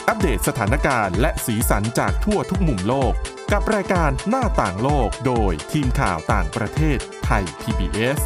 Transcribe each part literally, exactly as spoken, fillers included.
อัปเดตสถานการณ์และสีสันจากทั่วทุกมุมโลกกับรายการหน้าต่างโลกโดยทีมข่าวต่างประเทศไทย พี บี เอส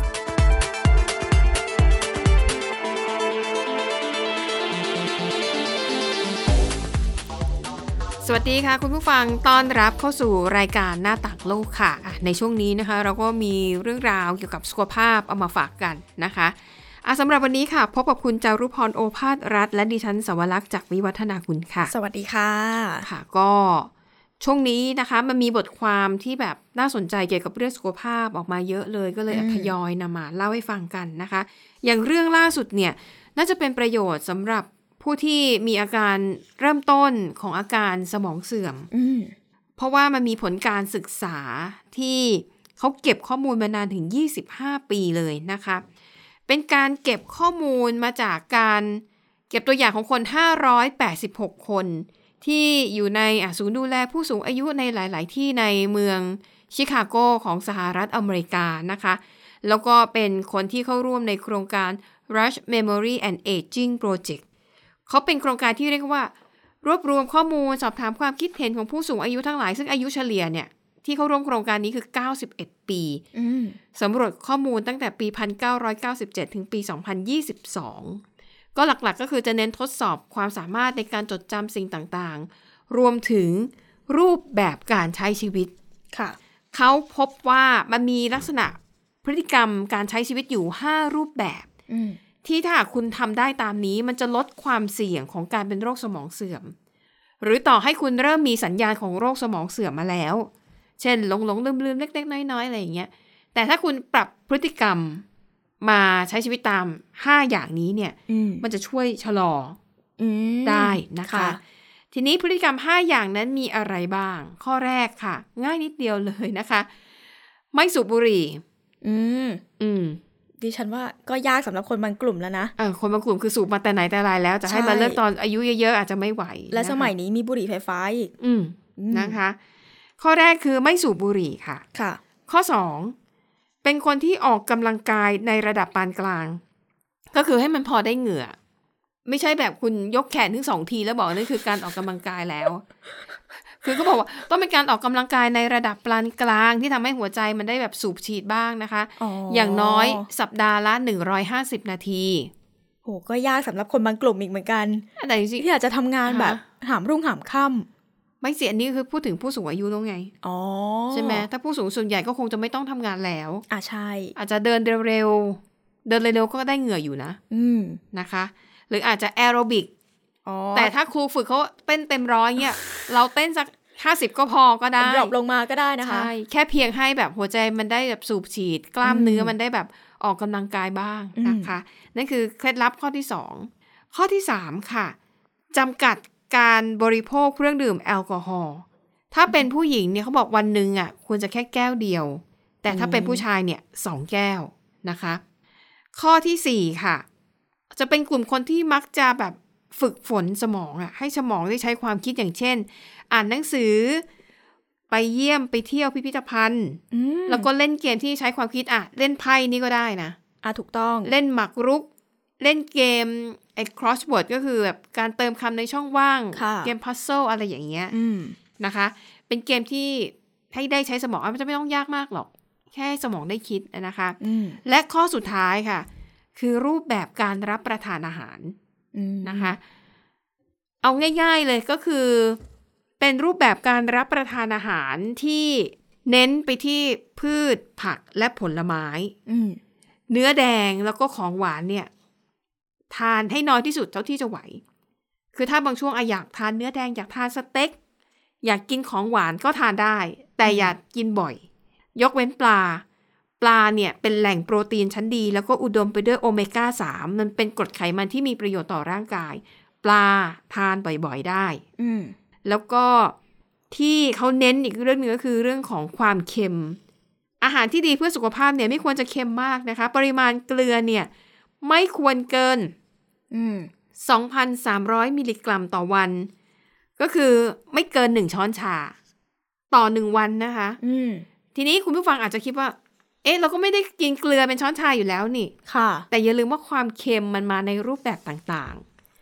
สวัสดีค่ะคุณผู้ฟังต้อนรับเข้าสู่รายการหน้าต่างโลกค่ะในช่วงนี้นะคะเราก็มีเรื่องราวเกี่ยวกับสุขภาพเอามาฝากกันนะคะอ่ะสำหรับวันนี้ค่ะพบกับคุณจารุพรโอภาสรัตน์และดิฉันสวรักษ์จากวิวัฒนาคุณค่ะสวัสดีค่ะค่ะก็ช่วงนี้นะคะมันมีบทความที่แบบน่าสนใจเกี่ยวกับเรื่องสุขภาพออกมาเยอะเลยก็เลยทยอยนำมาเล่าให้ฟังกันนะคะอย่างเรื่องล่าสุดเนี่ยน่าจะเป็นประโยชน์สำหรับผู้ที่มีอาการเริ่มต้นของอาการสมองเสื่อมเพราะว่ามันมีผลการศึกษาที่เขาเก็บข้อมูลมานานถึงยี่สิบห้าปีเลยนะคะเป็นการเก็บข้อมูลมาจากการเก็บตัวอย่างของคนห้าร้อยแปดสิบหกคนที่อยู่ในศูนย์ดูแลผู้สูงอายุในหลายๆที่ในเมืองชิคาโกของสหรัฐอเมริกานะคะแล้วก็เป็นคนที่เข้าร่วมในโครงการ Rush Memory and Aging Project เขาเป็นโครงการที่เรียกว่ารวบรวมข้อมูลสอบถามความคิดเห็นของผู้สูงอายุทั้งหลายซึ่งอายุเฉลี่ยเนี่ยที่เข้าร่วมโครงการนี้คือเก้าสิบเอ็ดปีสำรวจข้อมูลตั้งแต่ปี หนึ่งพันเก้าร้อยเก้าสิบเจ็ด ถึงปี สองพันยี่สิบสอง ก็หลักๆก็คือจะเน้นทดสอบความสามารถในการจดจำสิ่งต่างๆรวมถึงรูปแบบการใช้ชีวิตค่ะเขาพบว่ามันมีลักษณะพฤติกรรมการใช้ชีวิตอยู่ห้ารูปแบบที่ถ้าคุณทำได้ตามนี้มันจะลดความเสี่ยงของการเป็นโรคสมองเสื่อมหรือต่อให้คุณเริ่มมีสัญญาณของโรคสมองเสื่อมมาแล้วเช่นหลงๆลืมๆเล็กๆน้อยๆอะไรอย่างเงี้ยแต่ถ้าคุณปรับพฤติกรรมมาใช้ชีวิตตามห้าอย่างนี้เนี่ยมมันจะช่วยชะลอได้นะคะทีนี้พฤติกรรมห้าอย่างนั้นมีอะไรบ้างข้อแรกค่ะง่ายนิดเดียวเลยนะคะไม่สูบบุหรี่อืมอืมดิฉันว่าก็ยากสำหรับคนบางกลุ่มแล้วนะเออคนบางกลุ่มคือสูบมาแต่ไหนแต่ไรแล้วจะให้มาเลิกตอนอายุเยอะๆอาจจะไม่ไหวและสมัยนี้มีบุหรี่ไฟฟ้าอีกอืมนะคะข้อแรกคือไม่สูบบุหรี่ค่ะค่ะข้อสองเป็นคนที่ออกกำลังกายในระดับปานกลางก็คือให้มันพอได้เหงื่อไม่ใช่แบบคุณยกแขนถึงสองทีแล้วบอกนั่นคือการออกกำลังกายแล้วคือเขาบอกว่าต้องเป็นการออกกำลังกายในระดับปานกลางที่ทำให้หัวใจมันได้แบบสูบฉีดบ้างนะคะ อ, อย่างน้อยสัปดาห์ละหนึ่งร้อยห้าสิบนาทีโหก็ยากสำหรับคนบางกลุ่มอีกเหมือนกันแต่จริงที่อาจจะทำงานแบบหามรุ่งหามค่ำไม่เสียอันนี้คือพูดถึงผู้สูงอายุแล้วไงอ๋อใช่ไหมถ้าผู้สูงส่วนใหญ่ก็คงจะไม่ต้องทำงานแล้วอ่ะใช่อาจจะเดินเร็วๆเดินเร็วๆก็ได้เหงื่ออยู่นะอืมนะคะหรืออาจจะแอโรบิกแต่ถ้าครูฝึกเขาเต้นเต็มร้อยเนี่ยเราเต้นสักห้าสิบก็พอก็ได้ดรอปลงมาก็ได้นะคะใช่แค่เพียงให้แบบหัวใจมันได้แบบสูบฉีดกล้ามเนื้อมันได้แบบออกกำลังกายบ้างนะคะนั่นคือเคล็ดลับข้อที่สองข้อที่สามค่ะจำกัดการบริโภคเครื่องดื่มแอลกอฮอล์ถ้าเป็นผู้หญิงเนี่ยเขาบอกวันนึงอ่ะควรจะแค่แก้วเดียวแต่ถ้าเป็นผู้ชายเนี่ยสองแก้วนะคะข้อที่สี่ค่ะจะเป็นกลุ่มคนที่มักจะแบบฝึกฝนสมองอ่ะให้สมองได้ใช้ความคิดอย่างเช่นอ่านหนังสือไปเยี่ยมไปเที่ยวพิพิธภัณฑ์แล้วก็เล่นเกมที่ใช้ความคิดอ่ะเล่นไพ่นี่ก็ได้นะอ่ะถูกต้องเล่นหมากรุกเล่นเกมไอ้ crossword ก็คือแบบการเติมคำในช่องว่างเกม puzzle อะไรอย่างเงี้ยนะคะเป็นเกมที่ให้ได้ใช้สมองมันจะไม่ต้องยากมากหรอกแค่สมองได้คิดนะคะและข้อสุดท้ายค่ะคือรูปแบบการรับประทานอาหารนะคะเอาง่ายๆเลยก็คือเป็นรูปแบบการรับประทานอาหารที่เน้นไปที่พืชผักและผลไม้เนื้อแดงแล้วก็ของหวานเนี่ยทานให้น้อยที่สุดเท่าที่จะไหวคือถ้าบางช่วงอยากทานเนื้อแดงอยากทานสเต็กอยากกินของหวานก็ทานได้แต่อย่ากินบ่อยยกเว้นปลาปลาเนี่ยเป็นแหล่งโปรตีนชั้นดีแล้วก็อุดมไปด้วยโอเมก้าสามมันเป็นกรดไขมันที่มีประโยชน์ต่อร่างกายปลาทานบ่อยๆได้แล้วก็ที่เขาเน้นอีกเรื่องนึงก็คือเรื่องของความเค็มอาหารที่ดีเพื่อสุขภาพเนี่ยไม่ควรจะเค็มมากนะคะปริมาณเกลือเนี่ยไม่ควรเกิน สองพันสามร้อย มิลลิกรัมต่อวันก็คือไม่เกินหนึ่งช้อนชาต่อหนึ่งวันนะคะทีนี้คุณผู้ฟังอาจจะคิดว่าเอ๊ะเราก็ไม่ได้กินเกลือเป็นช้อนชาอยู่แล้วนี่ค่ะแต่อย่าลืมว่าความเค็มมันมาในรูปแบบต่างๆ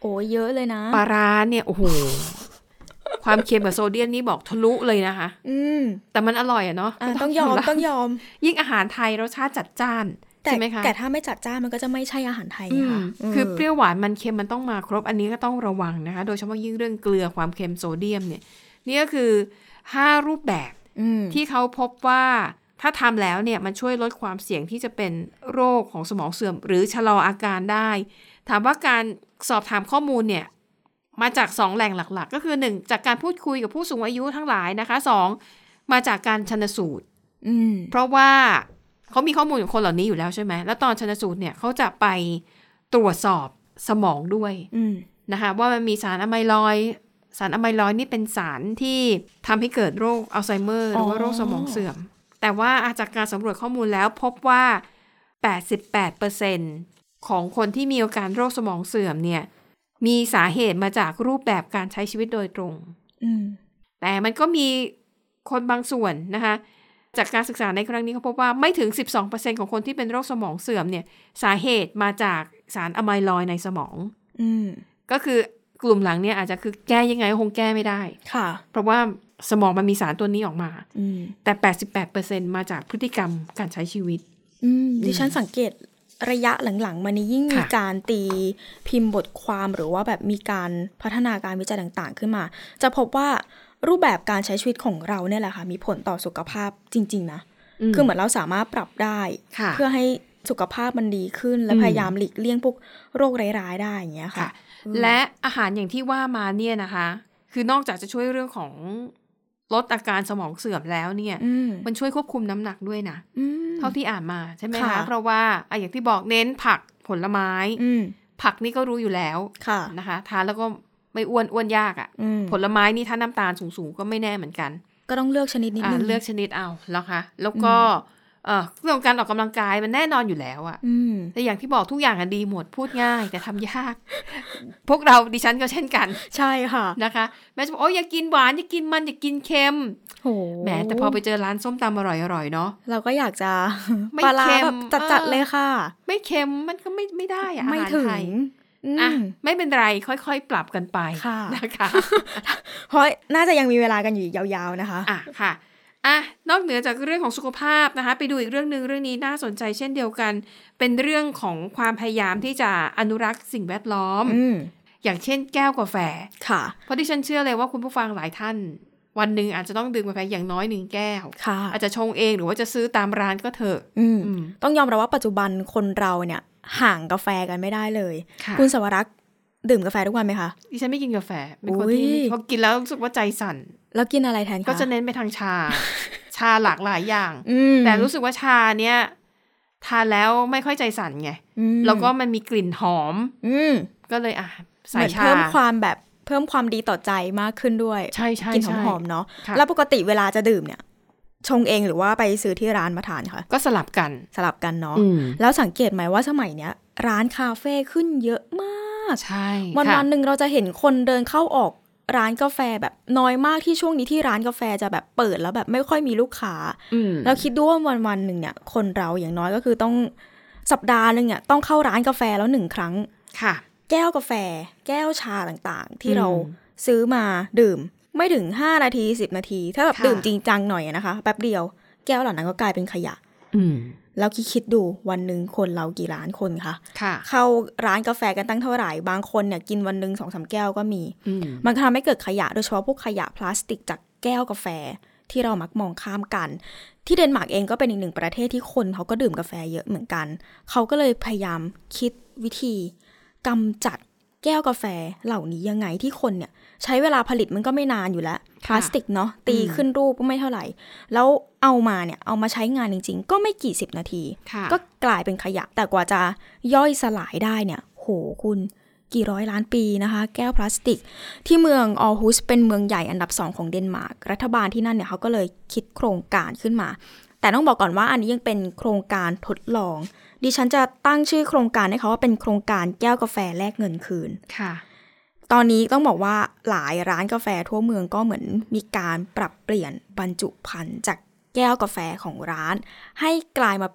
โอ้เยอะเลยนะปลาร้าเนี่ยโอ้โหความเค็มกับโซเดียมนี่บอกทะลุเลยนะคะอืมแต่มันอร่อยอะเนาะต้องยอมต้องยอมยิ่งอาหารไทยรสชาติจัดจ้านใช่ไหมคะแต่ถ้าไม่จัดจ้านมันก็จะไม่ใช่อาหารไทยค่ะคือเปรี้ยวหวานมันเค็มมันต้องมาครบอันนี้ก็ต้องระวังนะคะโดยเฉพาะยิ่งเรื่องเกลือความเค็มโซเดียมเนี่ยนี่ก็คือห้ารูปแบบที่เขาพบว่าถ้าทำแล้วเนี่ยมันช่วยลดความเสี่ยงที่จะเป็นโรคของสมองเสื่อมหรือชะลออาการได้ถามว่าการสอบถามข้อมูลเนี่ยมาจากสองแหล่งหลักๆก็คือหนึ่งจากการพูดคุยกับผู้สูงอายุทั้งหลายนะคะสองมาจากการชันสูตรเพราะว่าเขามีข้อมูลของคนเหล่านี้อยู่แล้วใช่ไหมแล้วตอนชันสูตรเนี่ยเขาจะไปตรวจสอบสมองด้วยนะคะว่ามันมีสารอะไมลอยด์สารอะไมลอยด์นี่เป็นสารที่ทำให้เกิดโรคอัลไซเมอร์หรือว่าโรคสมองเสื่อมแต่ว่าจากการสำรวจข้อมูลแล้วพบว่า แปดสิบแปดเปอร์เซ็นต์ ของคนที่มีอาการโรคสมองเสื่อมเนี่ยมีสาเหตุมาจากรูปแบบการใช้ชีวิตโดยตรงแต่มันก็มีคนบางส่วนนะคะจากการศึกษาในครั้งนี้เขาพบว่าไม่ถึง สิบสองเปอร์เซ็นต์ ของคนที่เป็นโรคสมองเสื่อมเนี่ยสาเหตุมาจากสารอะไมลอยด์ในสมองก็คือกลุ่มหลังเนี่ยอาจจะคือแก้ยังไงคงแก้ไม่ได้ค่ะเพราะว่าสมองมันมีสารตัวนี้ออกมาแต่ แปดสิบแปดเปอร์เซ็นต์ มาจากพฤติกรรมการใช้ชีวิตดิฉันสังเกตระยะหลังๆมานี้ยิ่งมีการตีพิมพ์บทความหรือว่าแบบมีการพัฒนาการวิจัยต่างๆขึ้นมาจะพบว่ารูปแบบการใช้ชีวิตของเราเนี่ยแหละค่ะมีผลต่อสุขภาพจริงๆนะคือเหมือนเราสามารถปรับได้เพื่อให้สุขภาพมันดีขึ้นและพยายามหลีกเลี่ยงพวกโรคร้ายๆได้อย่างเงี้ยค่ะและอาหารอย่างที่ว่ามาเนี่ยนะคะคือนอกจากจะช่วยเรื่องของลดอาการสมองเสื่อมแล้วเนี่ยมันช่วยควบคุมน้ำหนักด้วยนะเท่าที่อ่านมาใช่ไหมคะเพราะว่าอย่างที่บอกเน้นผักผลไม้ผักนี่ก็รู้อยู่แล้วนะคะทานแล้วก็ไม่อ้วนอ้วนยากอ่ะผลไม้นี่ถ้าน้ำตาลสูงๆก็ไม่แน่เหมือนกันก็ต้องเลือกชนิดนิดนึงเลือกชนิดเอาแล้วค่ะแล้วก็เรื่องการออกกำลังกายมันแน่นอนอยู่แล้วอะแต่อย่างที่บอกทุกอย่างดีหมดพูดง่ายแต่ทำยากพวกเราดิฉันก็เช่นกันใช่ค่ะนะคะแม่จะบอกโอ้ยอย่ากินหวานอย่ากินมันอย่ากินเค็มแหมแต่พอไปเจอร้านส้มตำอร่อยๆเนาะเราก็อยากจะไม่เค็มจัดๆเลยค่ะไม่เค็มมันก็ไม่ไม่ได้อะอาหารไทยอ่ะไม่เป็นไรค่อยๆปรับกันไปนะคะเพราะน่าจะยังมีเวลากันอยู่ยาวๆนะคะอ่ะค่ะอ่ะนอกเหนือจากเรื่องของสุขภาพนะคะไปดูอีกเรื่องนึงเรื่องนี้น่าสนใจเช่นเดียวกันเป็นเรื่องของความพยายามที่จะอนุรักษ์สิ่งแวดล้อม อ, อย่างเช่นแก้วกาแฟค่ะเพราะที่ฉันเชื่อเลยว่าคุณผู้ฟังหลายท่านวันหนึ่งอาจจะต้องดื่มกาแฟอย่างน้อยหนึ่งแก้วอาจจะชงเองหรือว่าจะซื้อตามร้านก็เถอะต้องยอมรับว่าปัจจุบันคนเราเนี่ยห่างกาแฟกันไม่ได้เลยคุณสวรักษ์ดื่มกาแฟทุกวันไหมคะดิฉันไม่กินกาแฟเป็นคนที่พอกินแล้วรู้สึกว่าใจสั่นแล้วกินอะไรแทนคะก็จะเน้นไปทางชา ชาหลากหลายอย่างแต่รู้สึกว่าชาเนี้ยทานแล้วไม่ค่อยใจสั่นไงแล้วก็มันมีกลิ่นหอมก็เลยอ่ะใส่ชาเพิ่มความแบบเพิ่มความดีต่อใจมากขึ้นด้วยใช่ใช่กลิ่นหอมๆเนาะแล้วปกติเวลาจะดื่มเนี่ยชงเองหรือว่าไปซื้อที่ร้านมาทานคะก็สลับกันสลับกันเนาะแล้วสังเกตไหมว่าสมัยเนี้ยร้านคาเฟ่ขึ้นเยอะมากใช่วันวันหนึ่งเราจะเห็นคนเดินเข้าออกร้านกาแฟแบบน้อยมากที่ช่วงนี้ที่ร้านกาแฟจะแบบเปิดแล้วแบบไม่ค่อยมีลูกค้าแล้วคิดดูว่าวันวันหนึ่งเนี่ยคนเราอย่างน้อยก็คือต้องสัปดาห์นึงเนี่ยต้องเข้าร้านกาแฟแล้วหนึ่งครั้งค่ะแก้วกาแฟแก้วชาต่างๆที่เราซื้อมาดื่มไม่ถึงห้านาทีสิบนาทีถ้าแบบดื่มจริงจังหน่อยนะคะแป๊บเดียวแก้วเหล่านั้นก็กลายเป็นขยะแล้วคิดคิดดูวันหนึ่งคนเรากี่ล้านคนคะเข้าร้านกาแฟกันตั้งเท่าไหร่บางคนเนี่ยกินวันหนึ่งสองสามแก้วก็มีมันทำให้เกิดขยะโดยเฉพาะพวกขยะพลาสติกจากแก้วกาแฟที่เรามักมองข้ามกันที่เดนมาร์กเองก็เป็นอีกหนึ่งประเทศที่คนเขาก็ดื่มกาแฟเยอะเหมือนกันเขาก็เลยพยายามคิดวิธีกำจัดแก้วกาแฟเหล่านี้ยังไงที่คนเนี่ยใช้เวลาผลิตมันก็ไม่นานอยู่แล้วพลาสติกเนาะตีขึ้นรูปก็ไม่เท่าไหร่แล้วเอามาเนี่ยเอามาใช้งานจริงๆก็ไม่กี่สิบนาทีก็กลายเป็นขยะแต่กว่าจะย่อยสลายได้เนี่ยโหคุณกี่ร้อยล้านปีนะคะแก้วพลาสติกที่เมืองออร์ฮุสเป็นเมืองใหญ่อันดับสองของเดนมาร์กรัฐบาลที่นั่นเนี่ยเขาก็เลยคิดโครงการขึ้นมาแต่ต้องบอกก่อนว่าอันนี้ยังเป็นโครงการทดลองดิฉันจะตั้งชื่อโครงการให้เขาว่าเป็นโครงการแก้วกาแฟแลกเงินคืนค่ะตอนนี้ต้องบอกว่าหลายร้านกาแฟทั่วเมืองก็เหมือนมีการปรับเปลี่ยนบรรจุภัณฑ์จากแก้วกาแฟของร้านให้กลายมาเป็น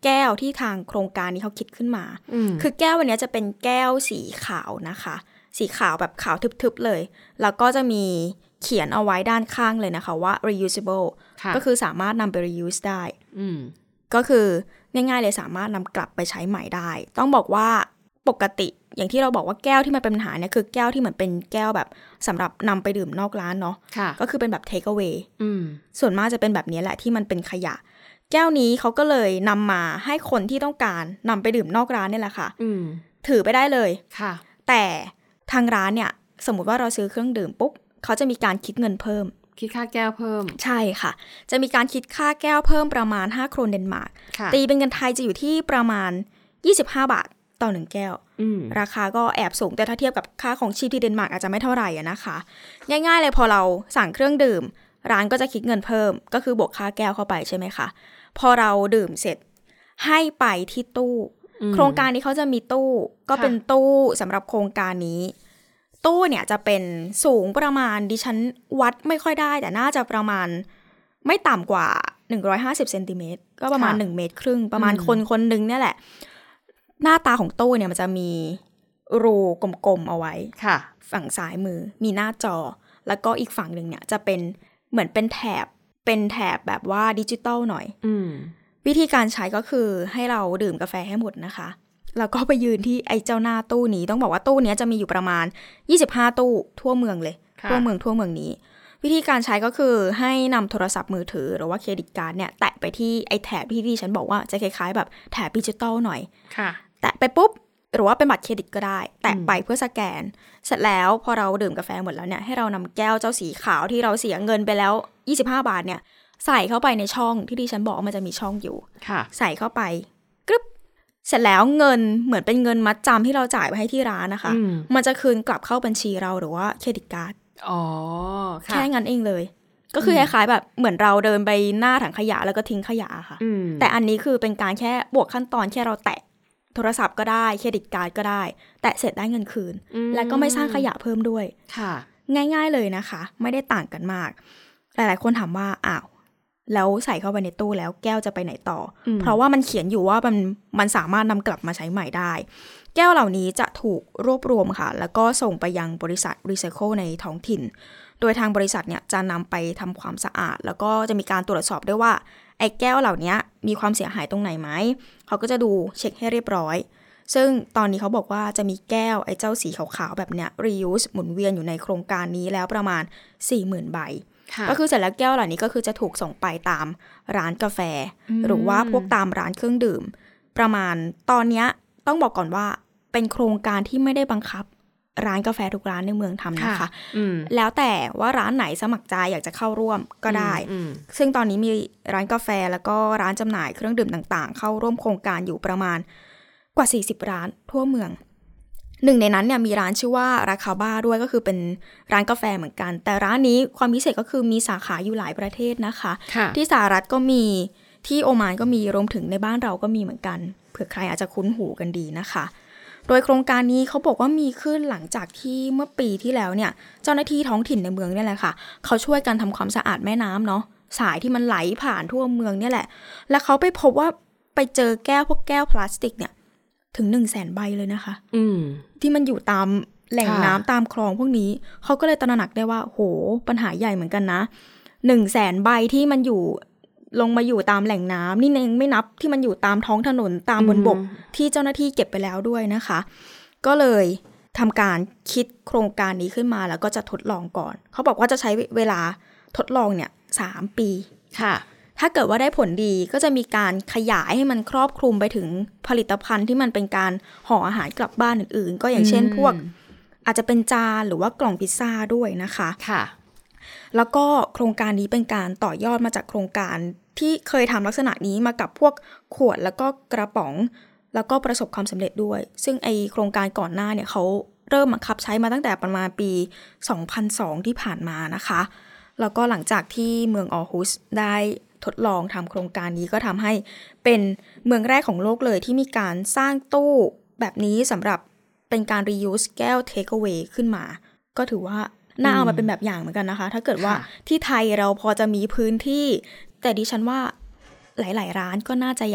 แก้วที่ทางโครงการนี้เขาคิดขึ้นมาคือแก้ววันนี้จะเป็นแก้วสีขาวนะคะสีขาวแบบขาวทึบๆเลยแล้วก็จะมีเขียนเอาไว้ด้านข้างเลยนะคะว่า reusable ก็คือสามารถนำไป reuse ได้ก็คือง่ายๆเลยสามารถนำกลับไปใช้ใหม่ได้ต้องบอกว่าปกติอย่างที่เราบอกว่าแก้วที่มันเป็นปัญหาเนี่ยคือแก้วที่เหมือนเป็นแก้วแบบสำหรับนำไปดื่มนอกร้านเนาะก็คือเป็นแบบ take away ส่วนมากจะเป็นแบบนี้แหละที่มันเป็นขยะแก้วนี้เขาก็เลยนำมาให้คนที่ต้องการนำไปดื่มนอกร้านเนี่ยแหละค่ะถือไปได้เลยแต่ทางร้านเนี่ยสมมุติว่าเราซื้อเครื่องดื่มปุ๊บเขาจะมีการคิดเงินเพิ่มคิดค่าแก้วเพิ่มใช่ค่ะจะมีการคิดค่าแก้วเพิ่มประมาณห้าโครนเดนมาร์กตีเป็นเงินไทยจะอยู่ที่ประมาณยี่สิบห้าบาทต่อหนึ่งแก้วราคาก็แอบสูงแต่ถ้าเทียบกับค่าของชีพที่เดนมาร์กอาจจะไม่เท่าไหร่นะคะง่ายๆเลยพอเราสั่งเครื่องดื่มร้านก็จะคิดเงินเพิ่มก็คือบวกค่าแก้วเข้าไปใช่ไหมคะพอเราดื่มเสร็จให้ไปที่ตู้โครงการนี้เขาจะมีตู้ก็เป็นตู้สำหรับโครงการนี้ตู้เนี่ยจะเป็นสูงประมาณดิฉันวัดไม่ค่อยได้แต่น่าจะประมาณไม่ต่ำกว่าหนึ่งร้อยห้าสิบเซนติเมตรก็ประมาณหนึ่งเมตรครึ่งประมาณคนคนนึงเนี่ยแหละหน้าตาของตู้เนี่ยมันจะมีรูกลมๆเอาไว้ฝั่งซ้ายมือมีหน้าจอแล้วก็อีกฝั่งหนึ่งเนี่ยจะเป็นเหมือนเป็นแถบเป็นแถบแบบว่าดิจิตอลหน่อยวิธีการใช้ก็คือให้เราดื่มกาแฟให้หมดนะคะแล้วก็ไปยืนที่ไอ้เจ้าหน้าตู้นี้ต้องบอกว่าตู้นี้จะมีอยู่ประมาณยี่สิบห้าตู้ทั่วเมืองเลยทั่วเมืองทั่วเมืองนี้วิธีการใช้ก็คือให้นำโทรศัพท์มือถือหรือว่าเครดิตการ์ดเนี่ยแตะไปที่ไอ้แถบที่ที่ฉันบอกว่าจะคล้ายๆแบบแถบดิจิตอลหน่อยแตะไปปุ๊บหรือว่าเป็นบัตรเครดิตก็ได้แตะไปเพื่อสแกนเสร็จแล้วพอเราดื่มกาแฟหมดแล้วเนี่ยให้เรานำแก้วเจ้าสีขาวที่เราเสียเงินไปแล้วยี่สิบห้าบาทเนี่ยใส่เข้าไปในช่องที่ดิฉันบอกว่ามันจะมีช่องอยู่ใส่เข้าไปกรึ๊บเสร็จแล้วเงินเหมือนเป็นเงินมัดจำที่เราจ่ายไปให้ที่ร้านนะคะมมันจะคืนกลับเข้าบัญชีเราหรือว่าเครดิตการ์ดอ๋อแค่งั้นเองเลยก็คือคล้ายๆแบบเหมือนเราเดินไปหน้าถังขยะแล้วก็ทิ้งขยะค่ะแต่อันนี้คือเป็นการแค่บวกขั้นตอนแค่เราแตะโทรศัพท์ก็ได้เครดิตการ์ดก็ได้แตะเสร็จได้เงินคืนแล้วก็ไม่สร้างขยะเพิ่มด้วยค่ะง่ายๆเลยนะคะไม่ได้ต่างกันมากหลายๆคนถามว่าอ้าวแล้วใส่เข้าไปในตู้แล้วแก้วจะไปไหนต่อเพราะว่ามันเขียนอยู่ว่ามันมันสามารถนำกลับมาใช้ใหม่ได้แก้วเหล่านี้จะถูกรวบรวมค่ะแล้วก็ส่งไปยังบริษัทรีไซเคิลในท้องถิ่นโดยทางบริษัทเนี่ยจะนำไปทำความสะอาดแล้วก็จะมีการตรวจสอบด้วยว่าไอ้แก้วเหล่านี้มีความเสียหายตรงไหนไหมเขาก็จะดูเช็คให้เรียบร้อยซึ่งตอนนี้เขาบอกว่าจะมีแก้วไอ้เจ้าสีขาวๆแบบเนี้ย reuse หมุนเวียนอยู่ในโครงการนี้แล้วประมาณ สี่หมื่น ใบก็คือเสร็จแล้วแก้วเหล่านี้ก็คือจะถูกส่งไปตามร้านกาแฟหรือว่าพวกตามร้านเครื่องดื่มประมาณตอนนี้ต้องบอกก่อนว่าเป็นโครงการที่ไม่ได้บังคับร้านกาแฟทุกร้านในเมืองทำนะคะแล้วแต่ว่าร้านไหนสมัครใจอยากจะเข้าร่วมก็ได้ซึ่งตอนนี้มีร้านกาแฟแล้วก็ร้านจำหน่ายเครื่องดื่มต่างๆเข้าร่วมโครงการอยู่ประมาณกว่าสี่สิบร้านทั่วเมืองหนึ่งในนั้นเนี่ยมีร้านชื่อว่าราคาบ้าด้วยก็คือเป็นร้านกาแฟเหมือนกันแต่ร้านนี้ความพิเศษก็คือมีสาขาอยู่หลายประเทศนะคะที่สหรัฐก็มีที่โอมานก็มีรวมถึงในบ้านเราก็มีเหมือนกันเผื่อใครอาจจะคุ้นหูกันดีนะคะโดยโครงการนี้เขาบอกว่ามีขึ้นหลังจากที่เมื่อปีที่แล้วเนี่ยเจ้าหน้าที่ท้องถิ่นในเมืองนี่แหละค่ะเขาช่วยกันทำความสะอาดแม่น้ำเนาะสายที่มันไหลผ่านทั่วเมืองเนี่ยแหละแล้วเขาไปพบว่าไปเจอแก้วพวกแก้วพลาสติกเนี่ยถึงหนึ่งแสนใบเลยนะคะอืมที่มันอยู่ตามแหล่งน้ำตามคลองพวกนี้เขาก็เลยตระหนักได้ว่าโหปัญหาใหญ่เหมือนกันนะหนึ่งแสนใบที่มันอยู่ลงมาอยู่ตามแหล่งน้ำนี่เองไม่นับที่มันอยู่ตามท้องถนนตามบนบกที่เจ้าหน้าที่เก็บไปแล้วด้วยนะคะก็เลยทำการคิดโครงการนี้ขึ้นมาแล้วก็จะทดลองก่อนเขาบอกว่าจะใช้เวลาทดลองเนี่ยสามปีค่ะถ้าเกิดว่าได้ผลดีก็จะมีการขยายให้มันครอบคลุมไปถึงผลิตภัณฑ์ที่มันเป็นการห่ออาหารกลับบ้านอื่นๆก็อย่างเช่นพวกอาจจะเป็นจานหรือว่ากล่องพิซซ่าด้วยนะคะค่ะแล้วก็โครงการนี้เป็นการต่อยอดมาจากโครงการที่เคยทำลักษณะนี้มากับพวกขวดแล้วก็กระป๋องแล้วก็ประสบความสำเร็จด้วยซึ่งไอโครงการก่อนหน้าเนี่ยเขาเริ่มบังคับใช้มาตั้งแต่ประมาณปีสองพันสองที่ผ่านมานะคะแล้วก็หลังจากที่เมืองออร์ฮุสได้ทดลองทำโครงการนี้ก็ทำให้เป็นเมืองแรกของโลกเลยที่มีการสร้างตู้แบบนี้สำหรับเป็นการ reuse แก้ว take away ขึ้นมาก็ถือว่าน่าเอามาเป็นแบบอย่างเหมือนกันนะคะถ้าเกิดว่าที่ไทยเราพอจะมีพื้นที่แต่ดิฉันว่าหลายๆร้านก็น่าจะอยาก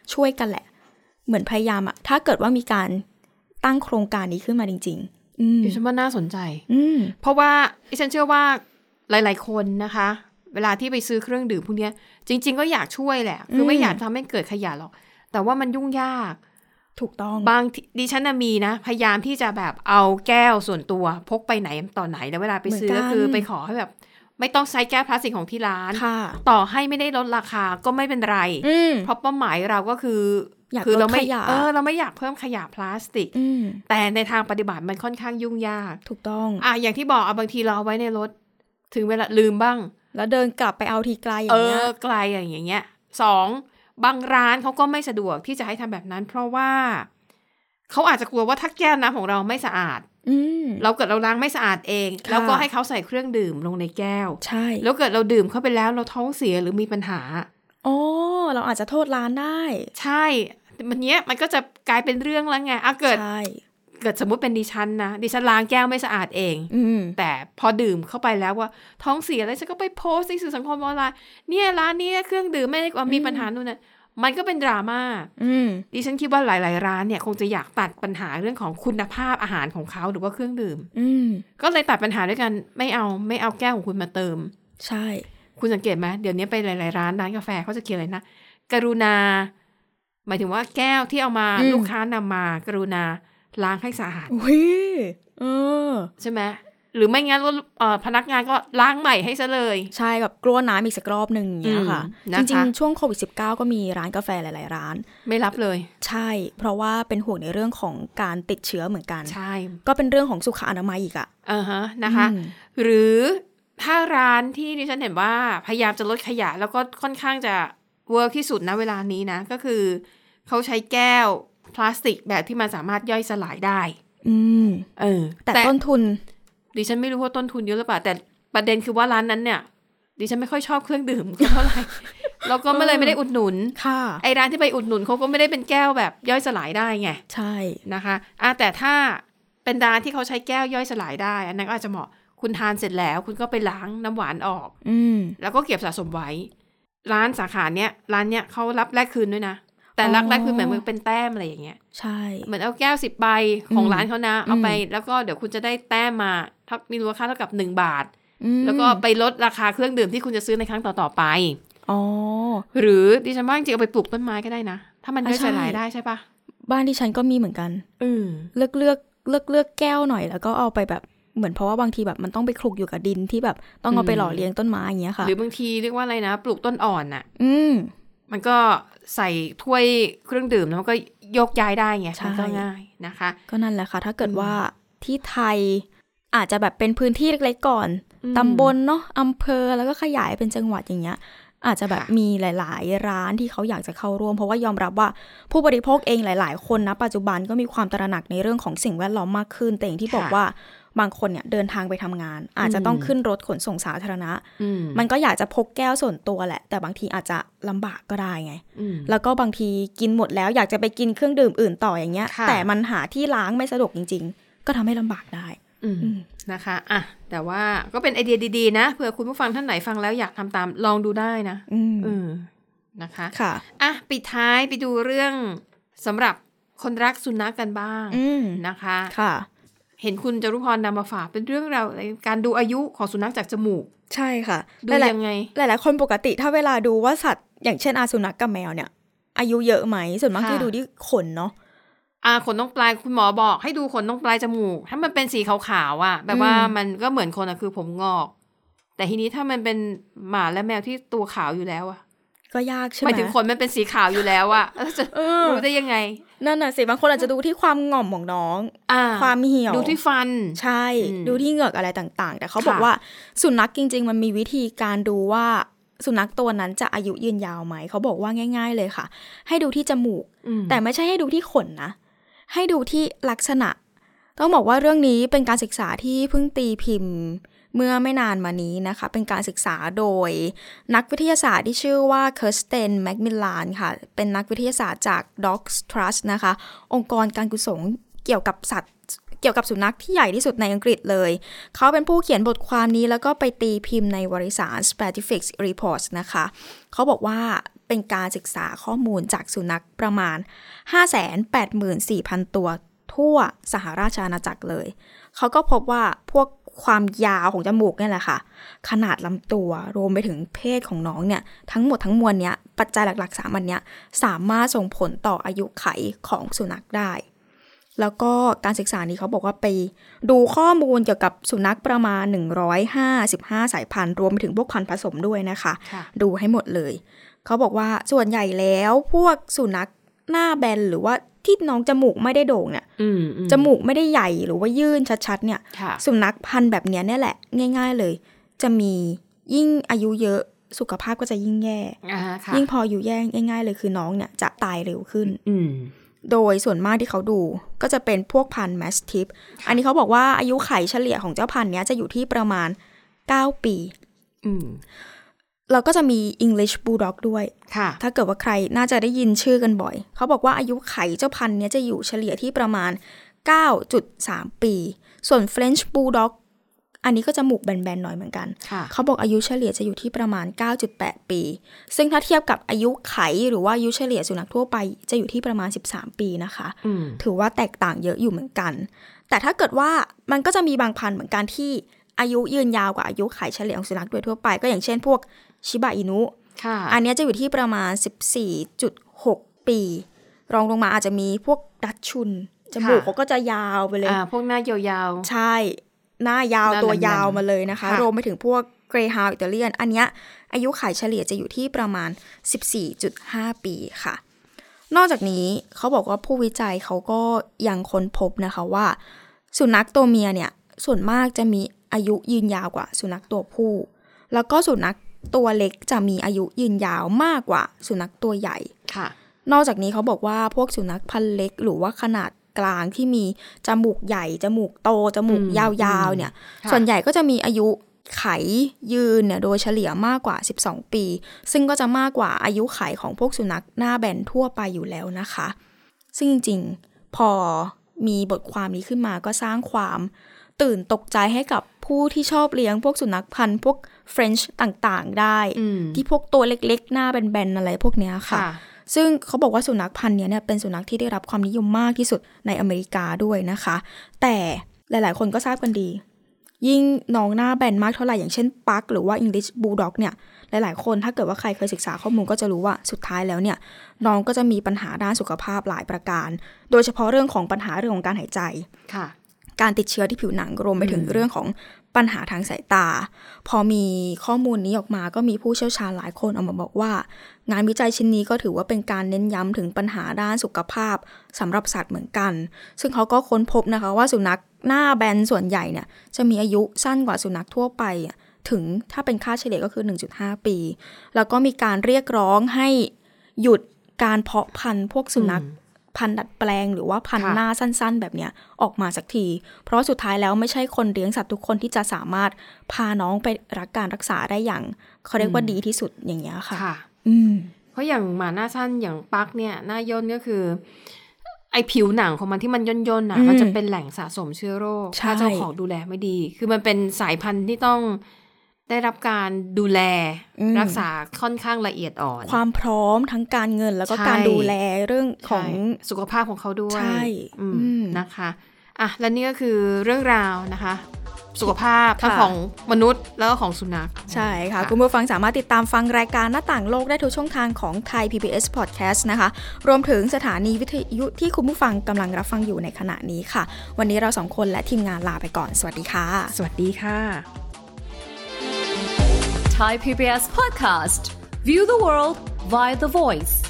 ช่วยกันแหละเหมือนพยายามอะถ้าเกิดว่ามีการตั้งโครงการนี้ขึ้นมาจริงๆดิฉันว่าน่าสนใจเพราะว่าดิฉันเชื่อว่าหลายๆคนนะคะเวลาที่ไปซื้อเครื่องดื่มพวกนี้จริงๆก็อยากช่วยแหละคือไม่อยากทำให้เกิดขยะหรอกแต่ว่ามันยุ่งยากถูกต้องบางดิฉันน่ะมีนะพยายามที่จะแบบเอาแก้วส่วนตัวพกไปไหนต่อไหนแล้วเวลาไปซื้อก็คือไปขอให้แบบไม่ต้องใช้แก้วพลาสติกของที่ร้านต่อให้ไม่ได้ลดราคาก็ไม่เป็นไรเพราะเป้าหมายเราก็คือคือเราไม่เออเราไม่อยากเพิ่มขยะพลาสติกแต่ในทางปฏิบัติมันค่อนข้างยุ่งยากถูกต้องอ่ะอย่างที่บอกเอาบางทีเราเอาไว้ในรถถึงเวลาลืมบ้างแล้วเดินกลับไปเอาทีไกลอย่างเงี้ยเออไกลอย่างเงี้ยสองบางร้านเขาก็ไม่สะดวกที่จะให้ทำแบบนั้นเพราะว่าเขาอาจจะกลัวว่าถ้าแก้วน้ำของเราไม่สะอาดเราเกิดเราล้างไม่สะอาดเองแล้วก็ให้เขาใส่เครื่องดื่มลงในแก้วใช่แล้วเกิดเราดื่มเข้าไปแล้วเราท้องเสียหรือมีปัญหาอ๋อเราอาจจะโทษร้านได้ใช่มันเนี้ยมันก็จะกลายเป็นเรื่องแล้วไงอ่ะเกิดเกิดสมมุติเป็นดิฉันนะดิฉันล้างแก้วไม่สะอาดเองแต่พอดื่มเข้าไปแล้วว่าท้องเสียแล้วฉันก็ไปโพสต์ในสื่อสังคมออนไลน์เนี่ยร้านนี้เครื่องดื่มไม่ได้ว่ามีปัญหานู่นน่ะมันก็เป็นดราม่าดิฉันคิดว่าหลายๆร้านเนี่ยคงจะอยากตัดปัญหาเรื่องของคุณภาพอาหารของเขาหรือว่าเครื่องดื่มก็เลยตัดปัญหาด้วยกันไม่เอาไม่เอาแก้วของคุณมาเติมใช่คุณสังเกตไหมเดี๋ยวนี้ไปหลายๆร้านร้านกาแฟเขาจะเขียนอะไรนะกรุณาหมายถึงว่าแก้วที่เอามาลูกค้านำมากรุณาล้างให้สะอาดอุ้ยเออใช่ไหมหรือไม่งั้นพนักงานก็ล้างใหม่ให้ซะเลยใช่แบบกลัวน้ำอีกสักรอบหนึ่งเนี่ยค่ะจริงๆช่วงโควิด สิบเก้า ก็มีร้านกาแฟหลายๆร้านไม่รับเลยใช่เพราะว่าเป็นห่วงในเรื่องของการติดเชื้อเหมือนกันใช่ก็เป็นเรื่องของสุขอนามัยอีกอ่ะอ่าฮะนะคะหรือถ้าร้านที่ดิฉันเห็นว่าพยายามจะลดขยะแล้วก็ค่อนข้างจะเวิร์กที่สุดนะเวลานี้นะก็คือเขาใช้แก้วพลาสติกแบบที่มันสามารถย่อยสลายได้อืมเออแต่ต้นทุนดิฉันไม่รู้ว่าต้นทุนเยอะหรือเปล่าแต่ประเด็นคือว่าร้านนั้นเนี่ยดิฉันไม่ค่อยชอบเครื่องดื่มเท่าไหร่เราก็ไม่เลยไม่ได้อุดหนุนค่ะไอ้ร้านที่ไปอุดหนุนเขาก็ไม่ได้เป็นแก้วแบบย่อยสลายได้ไงใช่นะคะอ่ะแต่ถ้าเป็นร้านที่เขาใช้แก้วย่อยสลายได้อันนั้นก็อาจจะเหมาะคุณทานเสร็จแล้วคุณก็ไปล้างน้ำหวานออกอืมแล้วก็เก็บสะสมไว้ร้านสาขาเนี้ยร้านเนี้ยเขารับแลกคืนด้วยนะแต่รักแรกคือเหมือนมันเป็นแต้มอะไรอย่างเงี้ยใช่เหมือนเอาแก้วสิบใบของร้านเขานะเอาไปแล้วก็เดี๋ยวคุณจะได้แต้มมาถ้ามีมูลค่าเท่ากับหนึ่งบาทแล้วก็ไปลดราคาเครื่องดื่มที่คุณจะซื้อในครั้งต่อๆไปอ๋อหรือดิฉันว่าจริงๆเอาไปปลูกต้นไม้ก็ได้นะถ้ามันย่อยสลายได้ใช่ปะบ้านดิฉันก็มีเหมือนกันเลือกเลือกเลือกเลือกแก้วหน่อยแล้วก็เอาไปแบบเหมือนเพราะว่าบางทีแบบมันต้องไปคลุกอยู่กับดินที่แบบต้องเอาไปหล่อเลี้ยงต้นไม้อย่างเงี้ยค่ะหรือบางทีเรียกว่าอะไรนะปลูกต้นอ่อนอ่ะอืมมันก็ใส่ถ้วยเครื่องดื่มแล้วมันก็ยกย้ายได้ไงมันก็ง่ายนะคะก็นั่นแหละค่ะถ้าเกิดว่าที่ไทยอาจจะแบบเป็นพื้นที่เล็กๆก่อนตำบลเนาะอำเภอแล้วก็ขยายเป็นจังหวัดอย่างเงี้ยอาจจะแบบมีหลายๆร้านที่เขาอยากจะเข้าร่วมเพราะว่ายอมรับว่าผู้บริโภคเองหลายๆคนนะปัจจุบันก็มีความตระหนักในเรื่องของสิ่งแวดล้อมมากขึ้นแต่อย่างที่บอกว่าบางคนเนี่ยเดินทางไปทำงานอาจจะต้องขึ้นรถขนส่งสาธารณะมันก็อยากจะพกแก้วส่วนตัวแหละแต่บางทีอาจจะลำบากก็ได้ไงแล้วก็บางทีกินหมดแล้วอยากจะไปกินเครื่องดื่มอื่นต่ออย่างเงี้ยแต่มันหาที่ล้างไม่สะดวกจริงๆก็ทำให้ลำบากได้นะคะอ่ะแต่ว่าก็เป็นไอเดียดีๆนะเผื่อคุณผู้ฟังท่านไหนฟังแล้วอยากทำตามลองดูได้นะอืมนะคะค่ะอ่ะปิดท้ายไปดูเรื่องสำหรับคนรักสุนัขกันบ้างนะคะค่ะเห็นคุณจรุพรนำมาฝากเป็นเรื่องราวการดูอายุของสุนัขจากจมูกใช่ค่ะดูยังไงหลายๆคนปกติถ้าเวลาดูว่าสัตว์อย่างเช่นอาสุนัขกับแมวเนี่ยอายุเยอะไหมส่วนมากที่ดูที่ขนเนาะอ่าขนตรงปลายคุณหมอบอกให้ดูขนตรงปลายจมูกถ้ามันเป็นสีขาวๆอ่ะแบบว่ามันก็เหมือนคนอะคือผมงอกแต่ทีนี้ถ้ามันเป็นหมาและแมวที่ตัวขาวอยู่แล้วอ่ะก็ยากใช่ไหมหมายถึงขนมันเป็นสีขาวอยู่แล้วอ่ะจะรู้ได้ยังไงนั่นน่ะสิบางคนอาจจะดูที่ความหง่อมของน้องความเหี่ยวดูที่ฟันใช่ดูที่เหงือกอะไรต่างๆแต่เขาบอกว่าสุนัขจริงๆมันมีวิธีการดูว่าสุนัขตัวนั้นจะอายุยืนยาวไหมเขาบอกว่าง่ายๆเลยค่ะให้ดูที่จมูกแต่ไม่ใช่ให้ดูที่ขนนะให้ดูที่ลักษณะต้องบอกว่าเรื่องนี้เป็นการศึกษาที่เพิ่งตีพิมพ์เมื่อไม่นานมานี้นะคะเป็นการศึกษาโดยนักวิทยาศาสตร์ที่ชื่อว่าเคิร์สเตนแมคมิลลานค่ะเป็นนักวิทยาศาสตร์จาก Dogs Trust นะคะองค์กรการกุศลเกี่ยวกับสัตว์เกี่ยวกับสุนัขที่ใหญ่ที่สุดในอังกฤษเลยเขาเป็นผู้เขียนบทความนี้แล้วก็ไปตีพิมพ์ในวารสาร Scientific Reports นะคะเขาบอกว่าเป็นการศึกษาข้อมูลจากสุนัขประมาณ ห้าแสนแปดหมื่นสี่พัน ตัวทั่วสหราชอาณาจักรเลยเขาก็พบว่าพวกความยาวของจมูกเนี่ยแหละค่ะขนาดลำตัวรวมไปถึงเพศของน้องเนี่ยทั้งหมดทั้งมวลเนี้ยปัจจัยหลักๆสามอันเนี้ยสามารถส่งผลต่ออายุขัยของสุนัขได้แล้วก็การศึกษานี้เขาบอกว่าไปดูข้อมูลเกี่ยวกับสุนัขประมาณหนึ่งร้อยห้าสิบห้าสายพันธุ์รวมไปถึงพวกพันธุ์ผสมด้วยนะคะดูให้หมดเลยเขาบอกว่าส่วนใหญ่แล้วพวกสุนัขหน้าแบนหรือว่าที่น้องจมูกไม่ได้โด่งเนี่ยจมูกไม่ได้ใหญ่หรือว่ายื่นชัดๆเนี่ยสุนัขพันธุ์แบบนี้เนี่ยแหละง่ายๆเลยจะมียิ่งอายุเยอะสุขภาพก็จะยิ่งแย่ยิ่งพออยู่แย่ง่ายๆเลยคือน้องเนี่ยจะตายเร็วขึ้นโดยส่วนมากที่เขาดูก็จะเป็นพวกพันธุ์แมสติฟอันนี้เขาบอกว่าอายุขัยเฉลี่ยของเจ้าพันธุ์เนี้ยจะอยู่ที่ประมาณเก้าปีเราก็จะมี English Bulldog ด้วยถ้าเกิดว่าใครน่าจะได้ยินชื่อกันบ่อยเขาบอกว่าอายุขัยเจ้าพันธุ์เนี้ยจะอยู่เฉลี่ยที่ประมาณ เก้าจุดสาม ปีส่วน French Bulldog อันนี้ก็จมูกแบนๆหน่อยเหมือนกันเขาบอกอายุเฉลี่ยจะอยู่ที่ประมาณ เก้าจุดแปด ปีซึ่งถ้าเทียบกับอายุไขหรือว่าอายุเฉลี่ยสุนัขทั่วไปจะอยู่ที่ประมาณสิบสามปีนะคะถือว่าแตกต่างเยอะอยู่เหมือนกันแต่ถ้าเกิดว่ามันก็จะมีบางพันธุ์เหมือนกันที่อายุยืนยาวกว่าอายุไขเฉลี่ยของสุนัขโดยทั่วไปก็อย่างเช่นพวกชิบะอินุอันนี้จะอยู่ที่ประมาณ สิบสี่จุดหก ปีรองลงมาอาจจะมีพวกดัชชุนจมูกเขาก็จะยาวไปเลยพวกหน้ายาวๆใช่หน้ายาวตัวยาวมาเลยนะคะรวมไปถึงพวกเกรย์ฮาวด์อิตาเลียนอันเนี้ยอายุขัยเฉลี่ยจะอยู่ที่ประมาณ สิบสี่จุดห้า ปีค่ะนอกจากนี้เขาบอกว่าผู้วิจัยเขาก็ยังค้นพบนะคะว่าสุนัขตัวเมียเนี่ยส่วนมากจะมีอายุยืนยาวกว่าสุนัขตัวผู้แล้วก็สุนัขตัวเล็กจะมีอายุยืนยาวมากกว่าสุนัขตัวใหญ่ค่ะนอกจากนี้เขาบอกว่าพวกสุนัขพันธุ์เล็กหรือว่าขนาดกลางที่มีจมูกใหญ่จมูกโตจมูกยาวๆเนี่ยส่วนใหญ่ก็จะมีอายุไขยืนเนี่ยโดยเฉลี่ยมากกว่าสิบสองปีซึ่งก็จะมากกว่าอายุไขของพวกสุนัขหน้าแบนทั่วไปอยู่แล้วนะคะซึ่งจริงๆพอมีบทความนี้ขึ้นมาก็สร้างความตื่นตกใจให้กับผู้ที่ชอบเลี้ยงพวกสุนัขพันธุ์พวกเฟรนช์ต่างๆได้ที่พวกตัวเล็กๆหน้าแบนๆอะไรพวกเนี้ยค่ะซึ่งเขาบอกว่าสุนัขพันธุ์นี้เนี่ยเป็นสุนัขที่ได้รับความนิยมมากที่สุดในอเมริกาด้วยนะคะแต่หลายๆคนก็ทราบกันดียิ่งน้องหน้าแบนมากเท่าไหร่อย่างเช่นปักหรือว่า English Bulldog เนี่ยหลายๆคนถ้าเกิดว่าใครเคยศึกษาข้อมูลก็จะรู้ว่าสุดท้ายแล้วเนี่ยน้องก็จะมีปัญหาด้านสุขภาพหลายประการโดยเฉพาะเรื่องของปัญหาเรื่องของการหายใจการติดเชื้อที่ผิวหนังรวมไปถึงเรื่องของปัญหาทางสายตาพอมีข้อมูลนี้ออกมาก็มีผู้เชี่ยวชาญหลายคนออกมาบอกว่างานวิจัยชิ้นนี้ก็ถือว่าเป็นการเน้นย้ำถึงปัญหาด้านสุขภาพสำหรับสัตว์เหมือนกันซึ่งเขาก็ค้นพบนะคะว่าสุนัขหน้าแบนส่วนใหญ่เนี่ยจะมีอายุสั้นกว่าสุนัขทั่วไปถึงถ้าเป็นค่าเฉลี่ยก็คือ หนึ่งจุดห้า ปีแล้วก็มีการเรียกร้องให้หยุดการเพาะพันธุ์พวกสุนัขพันธุ์ดัดแปลงหรือว่าพันธุ์หน้าสั้นๆแบบเนี้ยออกมาสักทีเพราะสุดท้ายแล้วไม่ใช่คนเลี้ยงสัตว์ทุกคนที่จะสามารถพาน้องไปรับการรักษาได้อย่างเขาเรียกว่าดีที่สุดอย่างเงี้ยค่ะอืมเพราะอย่างหมาหน้าสั้นอย่างปักเนี่ยหน้าย่นก็คือไอผิวหนังของมันที่มันย่นๆน่ะมันจะเป็นแหล่งสะสมเชื้อโรคถ้าเจ้าของดูแลไม่ดีคือมันเป็นสายพันธุ์ที่ต้องได้รับการดูแลรักษาค่อนข้างละเอียดอ่อนความพร้อมทั้งการเงินแล้วก็การดูแลเรื่องของสุขภาพของเขาด้วยใช่นะคะอ่ะและนี่ก็คือเรื่องราวนะคะสุขภาพทั้งของมนุษย์แล้วก็ของสุนัขใช่ค่ะคุณผู้ฟังสามารถติดตามฟังรายการหน้าต่างโลกได้ทุกช่องทางของไทย พี บี เอส Podcast นะคะรวมถึงสถานีวิทยุที่คุณผู้ฟังกำลังรับฟังอยู่ในขณะนี้ค่ะวันนี้เราสองคนและทีมงานลาไปก่อนสวัสดีค่ะสวัสดีค่ะ Thai พี บี เอส Podcast View the world via the voice